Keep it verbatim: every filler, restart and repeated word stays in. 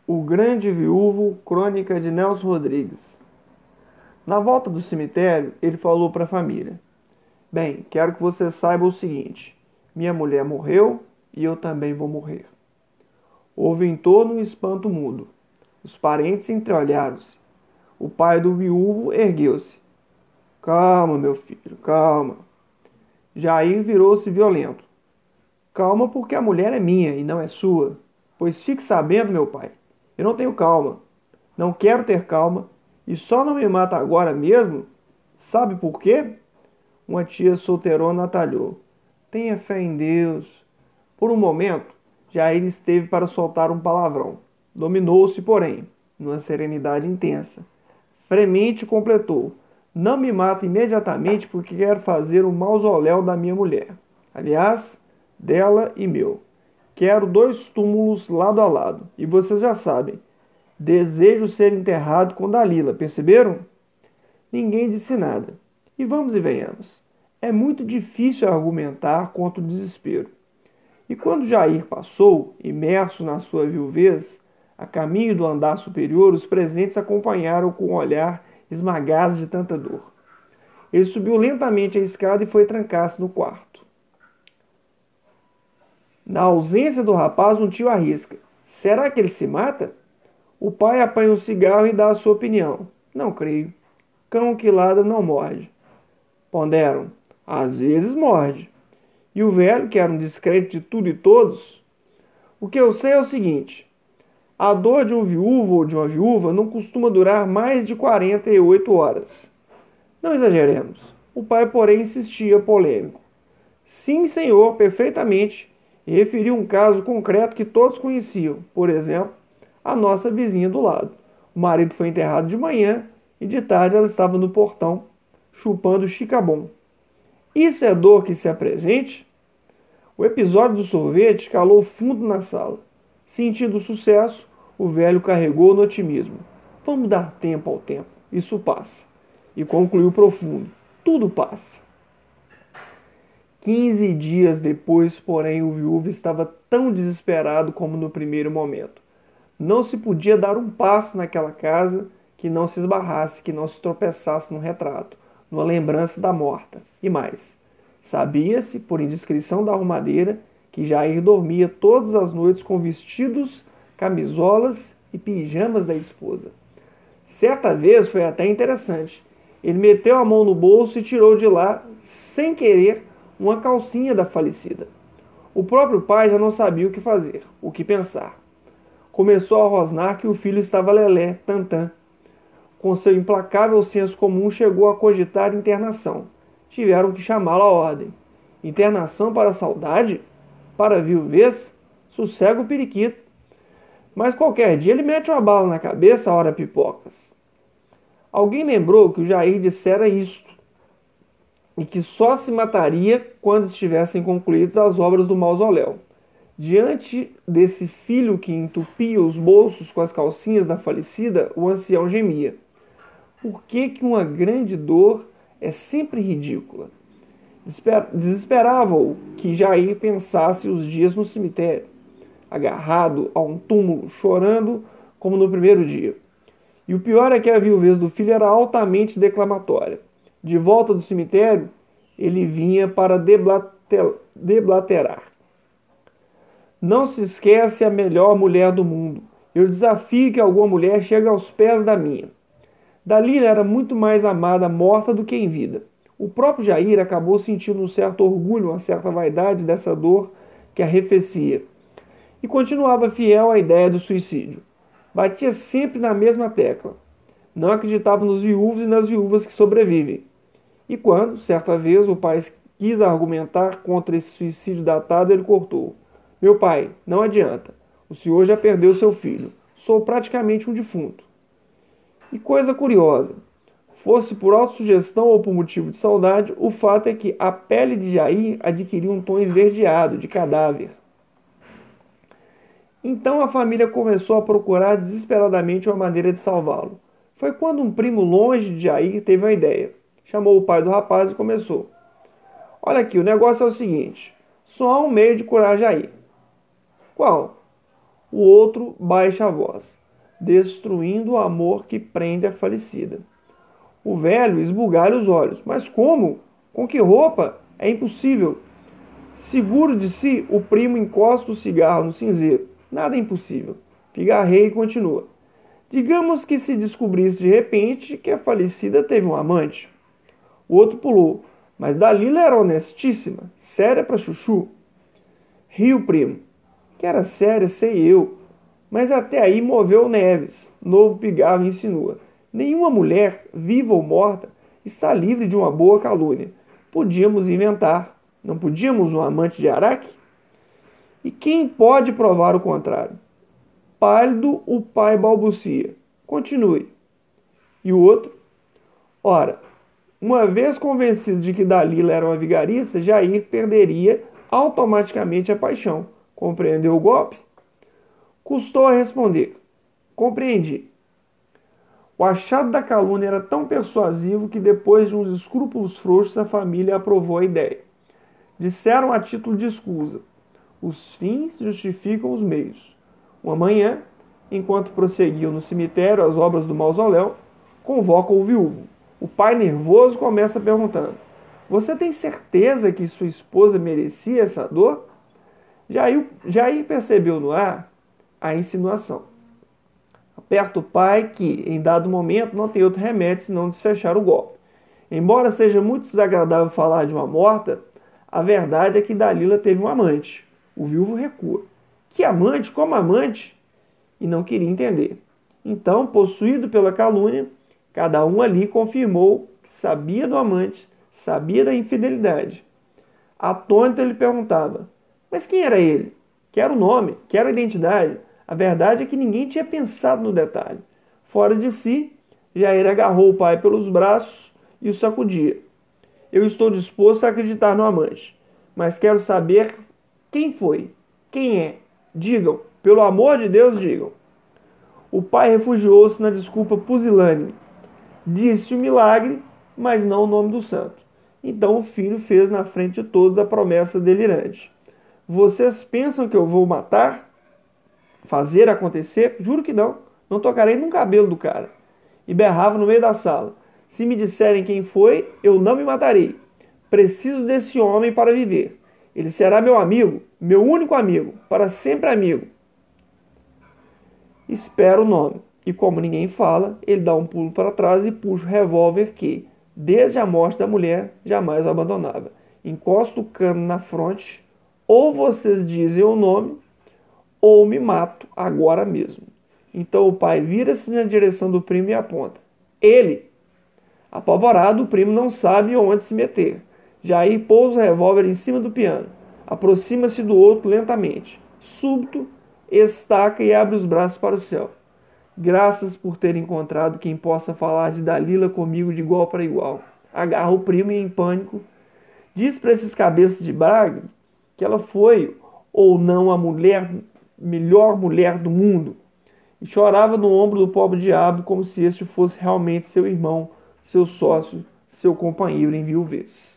O Grande Viúvo, crônica de Nelson Rodrigues. Na volta do cemitério, ele falou para a família: Bem, quero que você saiba o seguinte: minha mulher morreu e eu também vou morrer. Houve em torno um espanto mudo. Os parentes entreolharam-se. O pai do viúvo ergueu-se. Calma, meu filho, calma. Jair virou-se violento. Calma, porque a mulher é minha e não é sua. Pois fique sabendo, meu pai, eu não tenho calma. Não quero ter calma e só não me mata agora mesmo. Sabe por quê? Uma tia solteirona atalhou. Tenha fé em Deus. Por um momento, Jair esteve para soltar um palavrão. Dominou-se, porém, numa serenidade intensa. Fremente completou. Não me mata imediatamente porque quero fazer um mausoléu da minha mulher. Aliás, dela e meu. Quero dois túmulos lado a lado. E vocês já sabem. Desejo ser enterrado com Dalila, perceberam? Ninguém disse nada. E vamos e venhamos. É muito difícil argumentar contra o desespero. E quando Jair passou, imerso na sua viuvez, a caminho do andar superior, os presentes acompanharam com um olhar esmagados de tanta dor. Ele subiu lentamente a escada e foi trancar-se no quarto. Na ausência do rapaz, um tio arrisca. Será que ele se mata? O pai apanha um cigarro e dá a sua opinião. Não creio. Cão que ladra não morde. Ponderam. Às vezes morde. E o velho, que era um descrente de tudo e todos? O que eu sei é o seguinte. A dor de um viúvo ou de uma viúva não costuma durar mais de quarenta e oito horas. Não exageremos. O pai, porém, insistia polêmico. Sim, senhor, perfeitamente. E referiu um caso concreto que todos conheciam. Por exemplo, a nossa vizinha do lado. O marido foi enterrado de manhã e de tarde ela estava no portão, chupando chicabom. Isso é dor que se apresente? O episódio do sorvete calou fundo na sala. Sentindo sucesso, o velho carregou no otimismo. Vamos dar tempo ao tempo, isso passa. E concluiu profundo. Tudo passa. Quinze dias depois, porém, o viúvo estava tão desesperado como no primeiro momento. Não se podia dar um passo naquela casa que não se esbarrasse, que não se tropeçasse num retrato, numa lembrança da morta. E mais, sabia-se, por indiscrição da arrumadeira, que Jair dormia todas as noites com vestidos, camisolas e pijamas da esposa. Certa vez foi até interessante. Ele meteu a mão no bolso e tirou de lá, sem querer, uma calcinha da falecida. O próprio pai já não sabia o que fazer, o que pensar. Começou a rosnar que o filho estava lelé, tantã. Com seu implacável senso comum, chegou a cogitar internação. Tiveram que chamá-lo à ordem. Internação para a saudade? Para a viuvez? Sossega o periquito. Mas qualquer dia ele mete uma bala na cabeça, ora pipocas. Alguém lembrou que o Jair dissera isto, e que só se mataria quando estivessem concluídas as obras do mausoléu. Diante desse filho que entupia os bolsos com as calcinhas da falecida, o ancião gemia. Por que que uma grande dor é sempre ridícula? Desesperava-o que Jair pensasse os dias no cemitério, agarrado a um túmulo, chorando como no primeiro dia. E o pior é que a viuvez do filho era altamente declamatória. De volta do cemitério, ele vinha para deblaterar. Não se esquece a melhor mulher do mundo. Eu desafio que alguma mulher chegue aos pés da minha. Dalila era muito mais amada morta do que em vida. O próprio Jair acabou sentindo um certo orgulho, uma certa vaidade dessa dor que arrefecia. E continuava fiel à ideia do suicídio. Batia sempre na mesma tecla. Não acreditava nos viúvos e nas viúvas que sobrevivem. E quando, certa vez, o pai quis argumentar contra esse suicídio datado, ele cortou. Meu pai, não adianta. O senhor já perdeu seu filho. Sou praticamente um defunto. E coisa curiosa, fosse por autossugestão ou por motivo de saudade, o fato é que a pele de Jair adquiriu um tom esverdeado, de cadáver. Então a família começou a procurar desesperadamente uma maneira de salvá-lo. Foi quando um primo longe de Jair teve uma ideia. Chamou o pai do rapaz e começou. Olha aqui, o negócio é o seguinte. Só há um meio de curar Jair. Qual? o outro baixa a voz, destruindo o amor que prende a falecida. O velho esbugalha os olhos. Mas como? Com que roupa? É impossível. Seguro de si, o primo encosta o cigarro no cinzeiro. Nada é impossível. Pigarreia e continua. Digamos que se descobrisse de repente que a falecida teve um amante. O outro pulou. Mas Dalila era honestíssima, séria para chuchu. Rio primo. Que era séria, sei eu. Mas até aí moveu Neves. Novo pigarro insinua. Nenhuma mulher, viva ou morta, está livre de uma boa calúnia. Podíamos inventar. Não podíamos um amante de Araque? E quem pode provar o contrário? Pálido o pai balbucia. Continue. E o outro? Ora, uma vez convencido de que Dalila era uma vigarista, Jair perderia automaticamente a paixão. Compreendeu o golpe? Custou a responder. Compreendi. O achado da calúnia era tão persuasivo que depois de uns escrúpulos frouxos a família aprovou a ideia. Disseram a título de escusa: os fins justificam os meios. Uma manhã, enquanto prosseguiam no cemitério as obras do mausoléu, convocam o viúvo. O pai nervoso começa perguntando: você tem certeza que sua esposa merecia essa dor? Jair, Jair percebeu no ar a insinuação. Aperta o pai que, em dado momento, não tem outro remédio senão desfechar o golpe. Embora seja muito desagradável falar de uma morta, a verdade é que Dalila teve um amante. O viúvo recua. Que amante? Como amante? E não queria entender. Então, possuído pela calúnia, cada um ali confirmou que sabia do amante, sabia da infidelidade. Atônito, ele perguntava: mas quem era ele? Quero o nome, quero a identidade. A verdade é que ninguém tinha pensado no detalhe. Fora de si, Jair agarrou o pai pelos braços e o sacudia. Eu estou disposto a acreditar no amante, mas quero saber quem foi, quem é. Digam, pelo amor de Deus, digam. O pai refugiou-se na desculpa pusilânime. Disse o milagre, mas não o nome do santo. Então o filho fez na frente de todos a promessa delirante. Vocês pensam que eu vou matar? Fazer acontecer? Juro que não. Não tocarei num cabelo do cara. E berrava no meio da sala. Se me disserem quem foi, eu não me matarei. Preciso desse homem para viver. Ele será meu amigo, meu único amigo, para sempre amigo. Espera o nome. E como ninguém fala, ele dá um pulo para trás e puxa o revólver que, desde a morte da mulher, jamais o abandonava. Encosta o cano na fronte. Ou vocês dizem o nome, ou me mato agora mesmo. Então o pai vira-se na direção do primo e aponta. Ele! Apavorado, o primo não sabe onde se meter. Jair pousa o revólver em cima do piano. Aproxima-se do outro lentamente. Súbito, estaca e abre os braços para o céu. Graças por ter encontrado quem possa falar de Dalila comigo de igual para igual. Agarra o primo e, em pânico, diz para esses cabeças de Braga que ela foi ou não a mulher, melhor mulher do mundo. E chorava no ombro do pobre diabo como se este fosse realmente seu irmão, seu sócio, seu companheiro em viuvez.